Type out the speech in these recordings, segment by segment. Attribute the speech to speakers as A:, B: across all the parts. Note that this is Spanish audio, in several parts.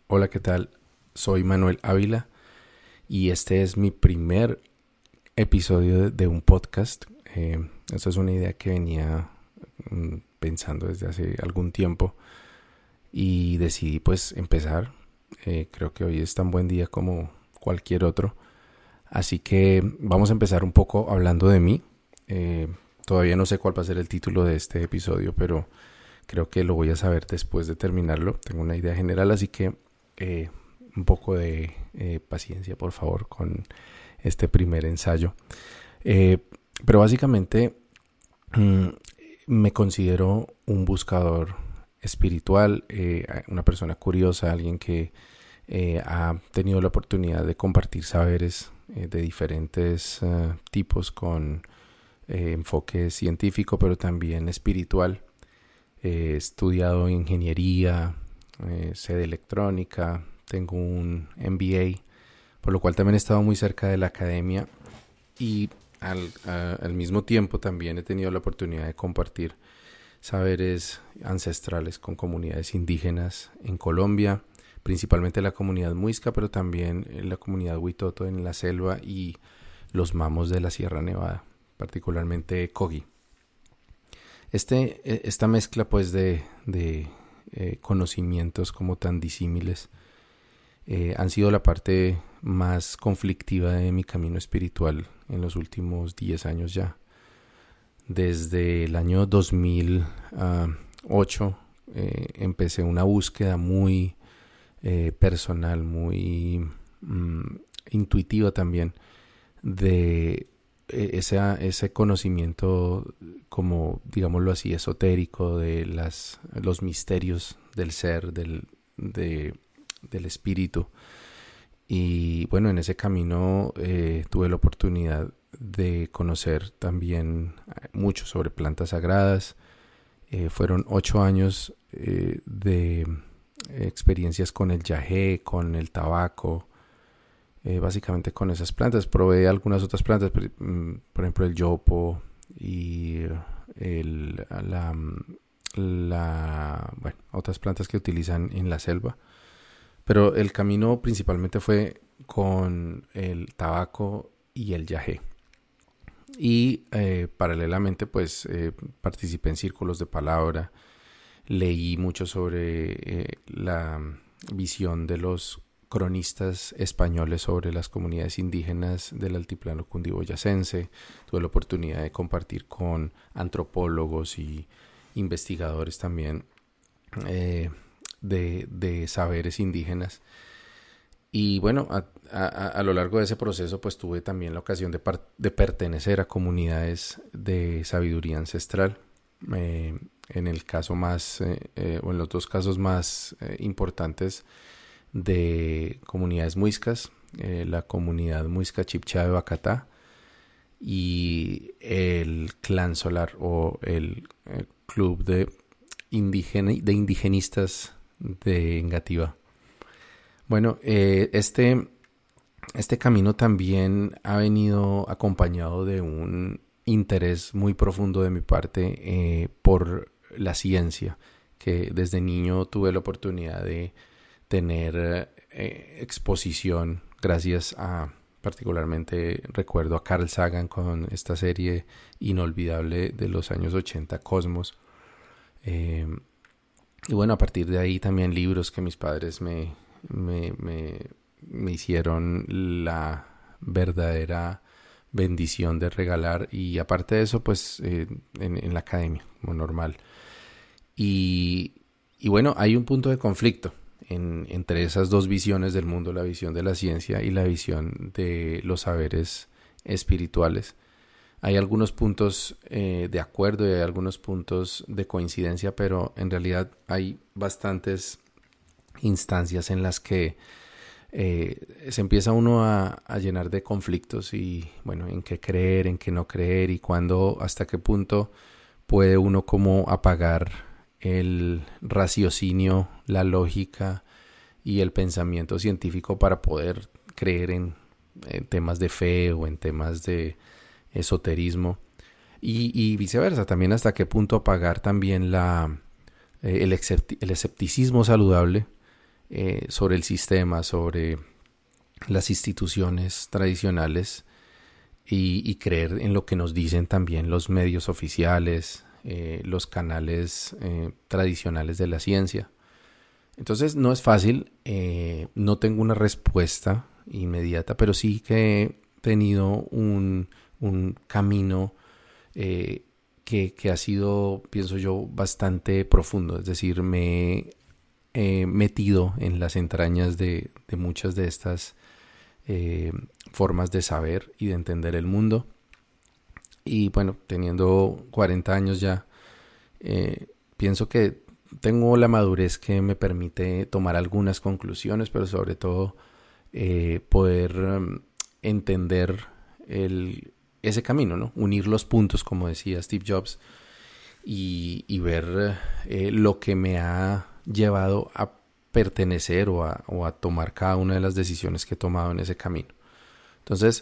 A: Hola, ¿qué tal? Soy Manuel Ávila y este es mi primer episodio de un podcast. Esta es una idea que venía pensando desde hace algún tiempo y decidí pues empezar. Creo que hoy es tan buen día como cualquier otro. Así que vamos a empezar un poco hablando de mí. Todavía no sé cuál va a ser el título de este episodio, pero creo que lo voy a saber después de terminarlo. Tengo una idea general, así que un poco de paciencia, por favor, con este primer ensayo. Eh, pero básicamente mm, me considero un buscador espiritual, una persona curiosa, alguien que ha tenido la oportunidad de compartir saberes de diferentes tipos con enfoque científico, pero también espiritual. He estudiado ingeniería, sé de electrónica, tengo un MBA, por lo cual también he estado muy cerca de la academia y al mismo tiempo también he tenido la oportunidad de compartir saberes ancestrales con comunidades indígenas en Colombia, principalmente la comunidad muisca, pero también la comunidad huitoto en la selva y los mamos de la Sierra Nevada, particularmente Kogi. Esta mezcla pues de conocimientos como tan disímiles han sido la parte más conflictiva de mi camino espiritual en los últimos 10 años ya. Desde el año 2008 empecé una búsqueda muy personal, muy intuitiva también de ese conocimiento, como digámoslo así, esotérico de los misterios del ser, del espíritu. Y bueno, en ese camino tuve la oportunidad de conocer también mucho sobre plantas sagradas. Fueron 8 años de experiencias con el yagé, con el tabaco, básicamente con esas plantas. Probé algunas otras plantas, por ejemplo el yopo y otras plantas que utilizan en la selva. Pero el camino principalmente fue con el tabaco y el yagé. Y paralelamente pues participé en círculos de palabra, leí mucho sobre la visión de los cronistas españoles sobre las comunidades indígenas del altiplano cundiboyacense. Tuve la oportunidad de compartir con antropólogos y investigadores también de saberes indígenas. Y bueno, a lo largo de ese proceso pues tuve también la ocasión de pertenecer a comunidades de sabiduría ancestral. En el caso más, o en los dos casos más importantes de comunidades muiscas, la comunidad muisca Chibcha de Bacatá y el Clan Solar o el club de indigenistas de Engativá. Bueno, este camino también ha venido acompañado de un interés muy profundo de mi parte por la ciencia, que desde niño tuve la oportunidad de tener exposición gracias a, particularmente recuerdo a Carl Sagan con esta serie inolvidable de los años 80, Cosmos. Y bueno, a partir de ahí también libros que mis padres me hicieron la verdadera bendición de regalar, y aparte de eso pues en la academia como normal. Y bueno, hay un punto de conflicto entre esas dos visiones del mundo, la visión de la ciencia y la visión de los saberes espirituales. Hay algunos puntos de acuerdo y hay algunos puntos de coincidencia, pero en realidad hay bastantes instancias en las que se empieza uno a llenar de conflictos y bueno, en qué creer, en qué no creer y cuándo, hasta qué punto puede uno como apagar el raciocinio, la lógica y el pensamiento científico para poder creer en temas de fe o en temas de esoterismo y viceversa, también hasta qué punto apagar también el escepticismo saludable sobre el sistema, sobre las instituciones tradicionales y creer en lo que nos dicen también los medios oficiales, los canales tradicionales de la ciencia. Entonces no es fácil, no tengo una respuesta inmediata, pero sí que he tenido un camino que ha sido, pienso yo, bastante profundo. Es decir, me he metido en las entrañas de muchas de estas formas de saber y de entender el mundo. Y bueno, teniendo 40 años ya, pienso que tengo la madurez que me permite tomar algunas conclusiones, pero sobre todo poder entender ese camino, ¿no? Unir los puntos, como decía Steve Jobs, y ver lo que me ha llevado a pertenecer o a tomar cada una de las decisiones que he tomado en ese camino. Entonces,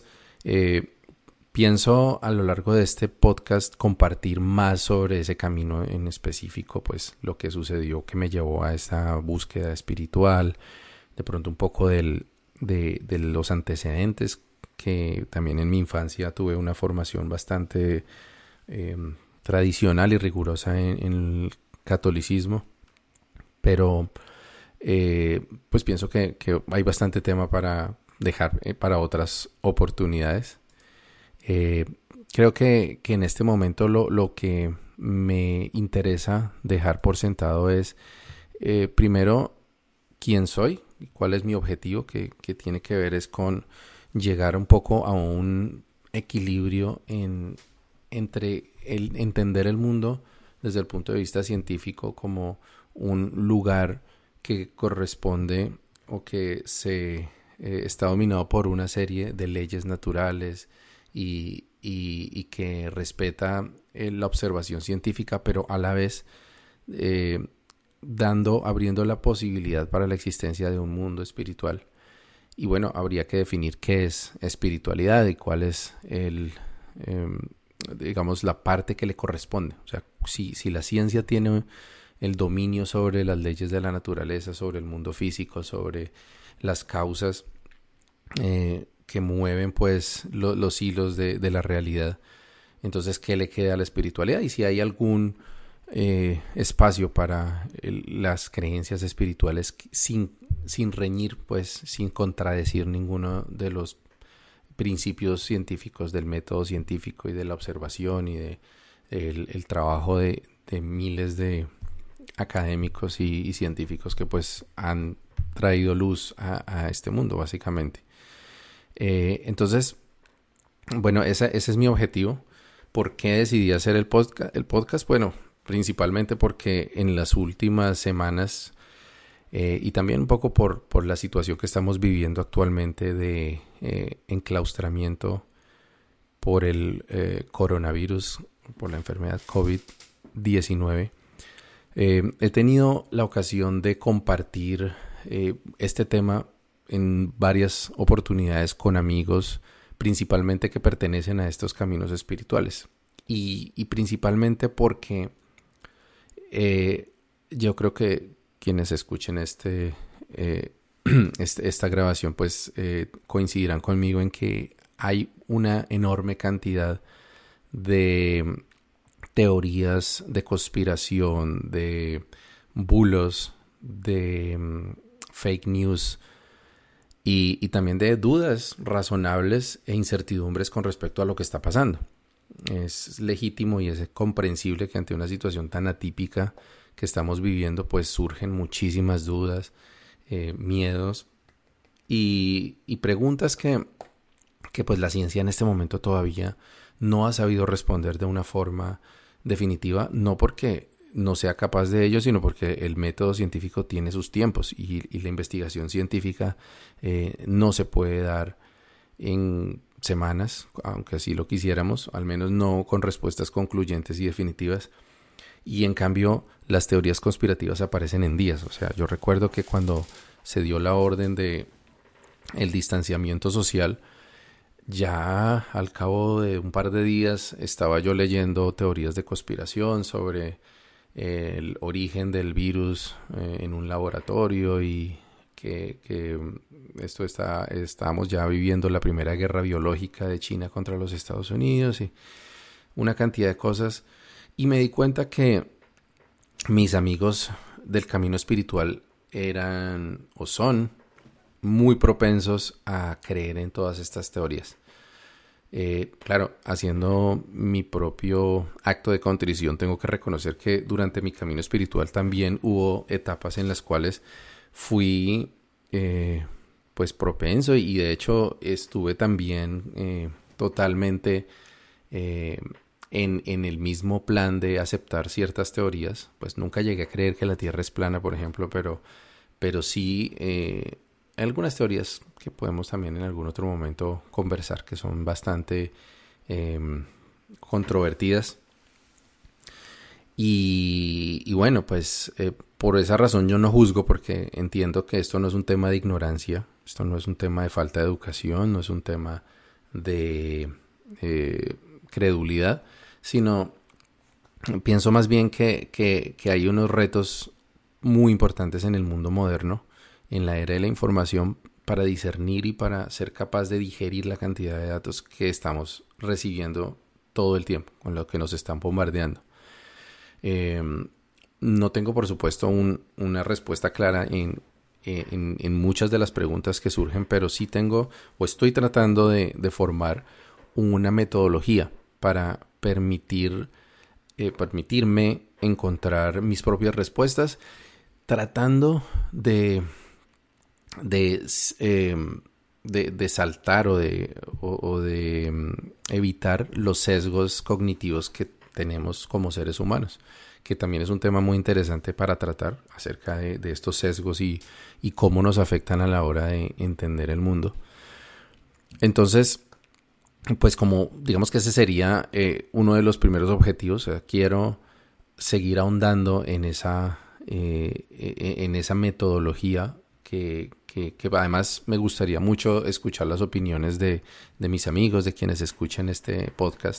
A: pienso a lo largo de este podcast compartir más sobre ese camino en específico, pues lo que sucedió que me llevó a esta búsqueda espiritual, de pronto un poco de los antecedentes, que también en mi infancia tuve una formación bastante tradicional y rigurosa en el catolicismo, pero pues pienso que hay bastante tema para dejar para otras oportunidades. Creo que en este momento lo que me interesa dejar por sentado es primero quién soy y cuál es mi objetivo, que tiene que ver es con llegar un poco a un equilibrio entre el entender el mundo desde el punto de vista científico como un lugar que corresponde o que se está dominado por una serie de leyes naturales y que respeta la observación científica, pero a la vez abriendo la posibilidad para la existencia de un mundo espiritual. Y bueno, habría que definir qué es espiritualidad y cuál es digamos, la parte que le corresponde. O sea, si la ciencia tiene el dominio sobre las leyes de la naturaleza, sobre el mundo físico, sobre las causas que mueven pues los hilos de la realidad, entonces ¿qué le queda a la espiritualidad? Y si hay algún espacio para las creencias espirituales sin reñir, pues sin contradecir ninguno de los principios científicos del método científico y de la observación y el trabajo de miles de académicos y científicos que pues han traído luz a este mundo básicamente. Entonces, bueno, ese es mi objetivo. ¿Por qué decidí hacer el podcast? Bueno, principalmente porque en las últimas semanas y también un poco por la situación que estamos viviendo actualmente de enclaustramiento por el coronavirus, por la enfermedad COVID-19, he tenido la ocasión de compartir este tema en varias oportunidades con amigos, principalmente que pertenecen a estos caminos espirituales. Y principalmente porque yo creo que quienes escuchen esta grabación pues coincidirán conmigo en que hay una enorme cantidad de teorías de conspiración, de bulos, de fake news y también de dudas razonables e incertidumbres con respecto a lo que está pasando. Es legítimo y es comprensible que ante una situación tan atípica que estamos viviendo pues surgen muchísimas dudas, miedos y preguntas que pues la ciencia en este momento todavía no ha sabido responder de una forma definitiva, no porque no sea capaz de ello, sino porque el método científico tiene sus tiempos y la investigación científica no se puede dar en semanas, aunque así lo quisiéramos, al menos no con respuestas concluyentes y definitivas. Y en cambio las teorías conspirativas aparecen en días. O sea, yo recuerdo que cuando se dio la orden de el distanciamiento social, ya al cabo de un par de días estaba yo leyendo teorías de conspiración sobre el origen del virus en un laboratorio y que estábamos ya viviendo la primera guerra biológica de China contra los Estados Unidos y una cantidad de cosas. Y me di cuenta que mis amigos del camino espiritual eran o son muy propensos a creer en todas estas teorías. Claro, haciendo mi propio acto de contrición, tengo que reconocer que durante mi camino espiritual también hubo etapas en las cuales fui pues propenso, y de hecho estuve también totalmente en el mismo plan de aceptar ciertas teorías. Pues nunca llegué a creer que la Tierra es plana, por ejemplo, pero sí algunas teorías que podemos también en algún otro momento conversar, que son bastante controvertidas. Y bueno, pues por esa razón yo no juzgo, porque entiendo que esto no es un tema de ignorancia, esto no es un tema de falta de educación, no es un tema de credulidad, sino pienso más bien que hay unos retos muy importantes en el mundo moderno, en la era de la información, para discernir y para ser capaz de digerir la cantidad de datos que estamos recibiendo todo el tiempo, con lo que nos están bombardeando. No tengo, por supuesto, una respuesta clara en muchas de las preguntas que surgen, pero sí tengo o estoy tratando de formar una metodología para permitirme encontrar mis propias respuestas, tratando de saltar o de evitar los sesgos cognitivos que tenemos como seres humanos, que también es un tema muy interesante para tratar acerca de estos sesgos y cómo nos afectan a la hora de entender el mundo. Entonces, pues como digamos que ese sería uno de los primeros objetivos. O sea, quiero seguir ahondando en esa metodología que además me gustaría mucho escuchar las opiniones de mis amigos, de quienes escuchen este podcast,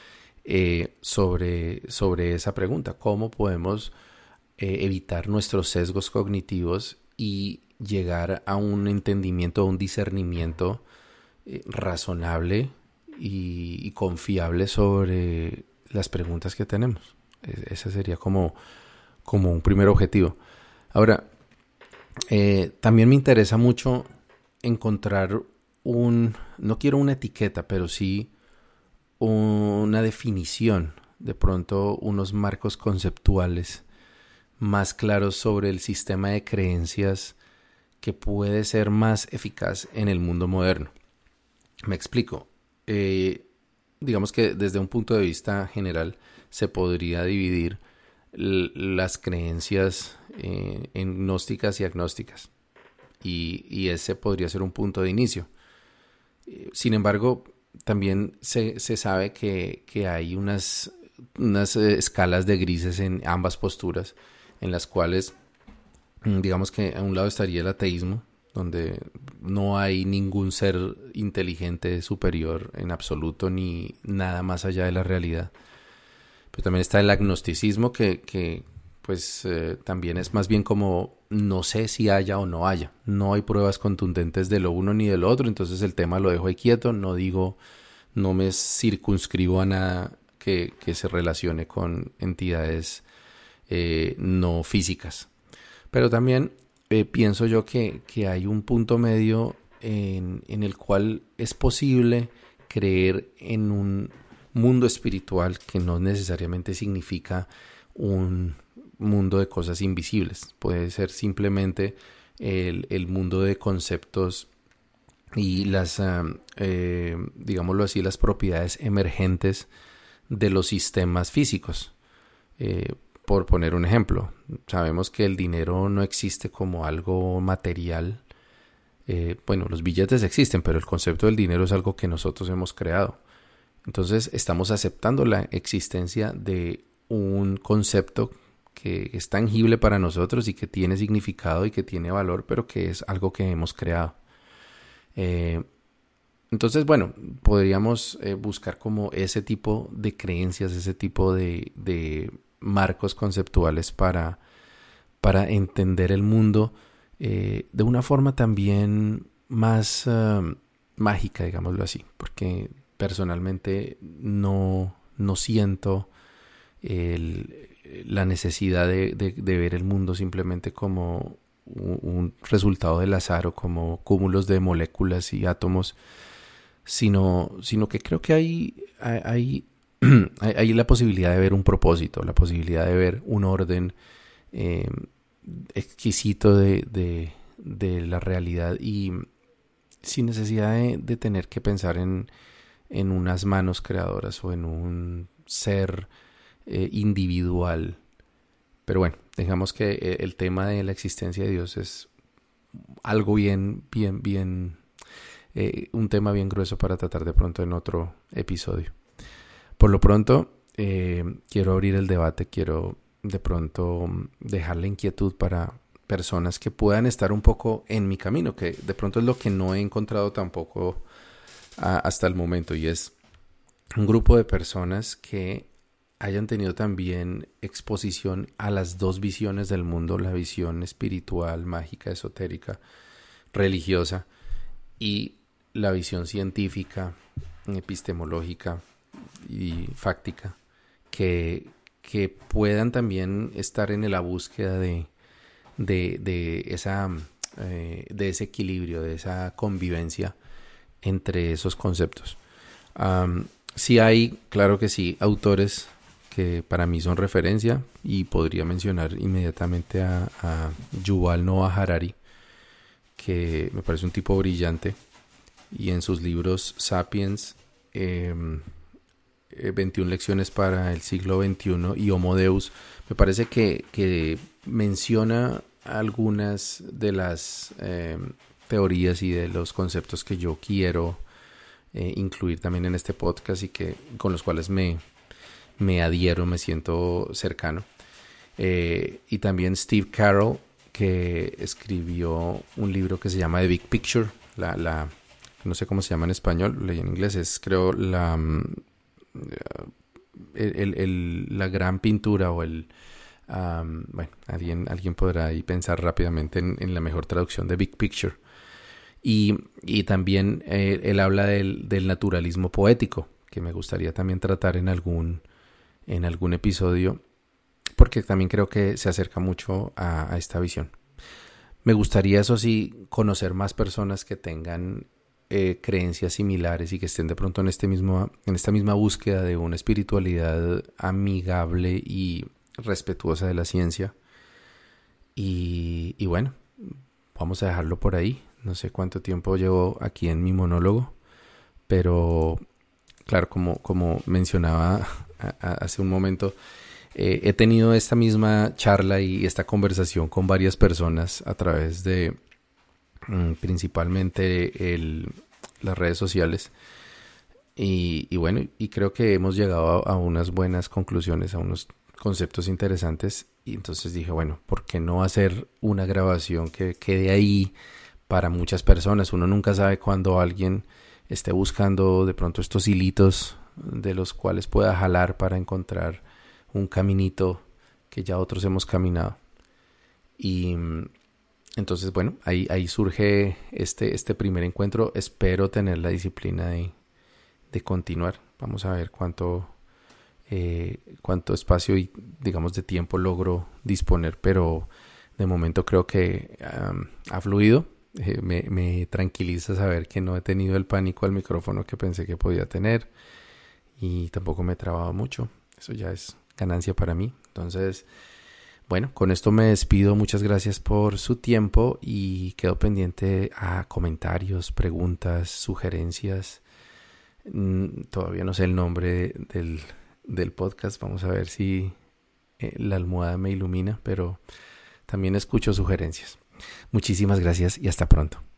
A: sobre esa pregunta: ¿cómo podemos evitar nuestros sesgos cognitivos y llegar a un entendimiento, a un discernimiento razonable y confiable sobre las preguntas que tenemos? Ese sería como un primer objetivo. Ahora, también me interesa mucho encontrar no quiero una etiqueta, pero sí una definición, de pronto unos marcos conceptuales más claros sobre el sistema de creencias que puede ser más eficaz en el mundo moderno. Me explico. Digamos que desde un punto de vista general se podría dividir las creencias en gnósticas y agnósticas, y ese podría ser un punto de inicio. Sin embargo, también se sabe que hay unas escalas de grises en ambas posturas, en las cuales digamos que a un lado estaría el ateísmo, donde no hay ningún ser inteligente superior en absoluto, ni nada más allá de la realidad. Pero también está el agnosticismo, que pues también es más bien como no sé si haya o no haya. No hay pruebas contundentes de lo uno ni de lo otro, entonces el tema lo dejo ahí quieto, no me circunscribo a nada que se relacione con entidades no físicas. Pero también pienso yo que hay un punto medio en el cual es posible creer en un mundo espiritual que no necesariamente significa un mundo de cosas invisibles. Puede ser simplemente el mundo de conceptos y las, digámoslo así, las propiedades emergentes de los sistemas físicos. Por poner un ejemplo, sabemos que el dinero no existe como algo material. Bueno, los billetes existen, pero el concepto del dinero es algo que nosotros hemos creado. Entonces estamos aceptando la existencia de un concepto que es tangible para nosotros y que tiene significado y que tiene valor, pero que es algo que hemos creado. Entonces, bueno, podríamos buscar como ese tipo de creencias, ese tipo de marcos conceptuales para entender el mundo de una forma también más mágica, digámoslo así, porque personalmente no siento la necesidad de ver el mundo simplemente como un resultado del azar o como cúmulos de moléculas y átomos, sino que creo que hay la posibilidad de ver un propósito, la posibilidad de ver un orden eh, exquisito de la realidad, y sin necesidad de tener que pensar en unas manos creadoras o en un ser individual. Pero bueno, digamos que el tema de la existencia de Dios es algo bien, un tema bien grueso para tratar de pronto en otro episodio. Por lo pronto, quiero abrir el debate, quiero de pronto dejar la inquietud para personas que puedan estar un poco en mi camino, que de pronto es lo que no he encontrado tampoco hasta el momento, y es un grupo de personas que hayan tenido también exposición a las dos visiones del mundo, la visión espiritual, mágica, esotérica, religiosa, y la visión científica, epistemológica y fáctica, que puedan también estar en la búsqueda de ese equilibrio, de esa convivencia entre esos conceptos. Sí hay, claro que sí, autores que para mí son referencia, y podría mencionar inmediatamente a Yuval Noah Harari, que me parece un tipo brillante, y en sus libros Sapiens, 21 lecciones para el siglo XXI y Homo Deus, me parece que menciona algunas de las teorías y de los conceptos que yo quiero incluir también en este podcast, y con los cuales me adhiero, me siento cercano. Y también Steve Carroll, que escribió un libro que se llama The Big Picture, no sé cómo se llama en español, lo leí en inglés, es creo la gran pintura, o bueno, alguien podrá ahí pensar rápidamente en la mejor traducción de Big Picture. Y también él habla del naturalismo poético, que me gustaría también tratar en algún episodio, porque también creo que se acerca mucho a esta visión. Me gustaría, eso sí, conocer más personas que tengan creencias similares y que estén de pronto en esta misma búsqueda de una espiritualidad amigable y respetuosa de la ciencia. Y bueno, vamos a dejarlo por ahí. No sé cuánto tiempo llevo aquí en mi monólogo, pero claro, como mencionaba hace un momento, he tenido esta misma charla y esta conversación con varias personas a través de principalmente las redes sociales, y bueno, y creo que hemos llegado a unas buenas conclusiones, a unos conceptos interesantes, y entonces dije, bueno, ¿por qué no hacer una grabación que quede ahí para muchas personas? Uno nunca sabe cuándo alguien esté buscando de pronto estos hilitos de los cuales pueda jalar para encontrar un caminito que ya otros hemos caminado. Y entonces, bueno, ahí surge este primer encuentro. Espero tener la disciplina de continuar. Vamos a ver cuánto espacio y, digamos, de tiempo logro disponer, pero de momento creo que ha fluido. Me tranquiliza saber que no he tenido el pánico al micrófono que pensé que podía tener, y tampoco me he trabado mucho. Eso ya es ganancia para mí. Entonces, bueno, con esto me despido. Muchas gracias por su tiempo, y quedo pendiente a comentarios, preguntas, sugerencias. Todavía no sé el nombre del podcast. Vamos a ver si la almohada me ilumina, pero también escucho sugerencias. Muchísimas gracias y hasta pronto.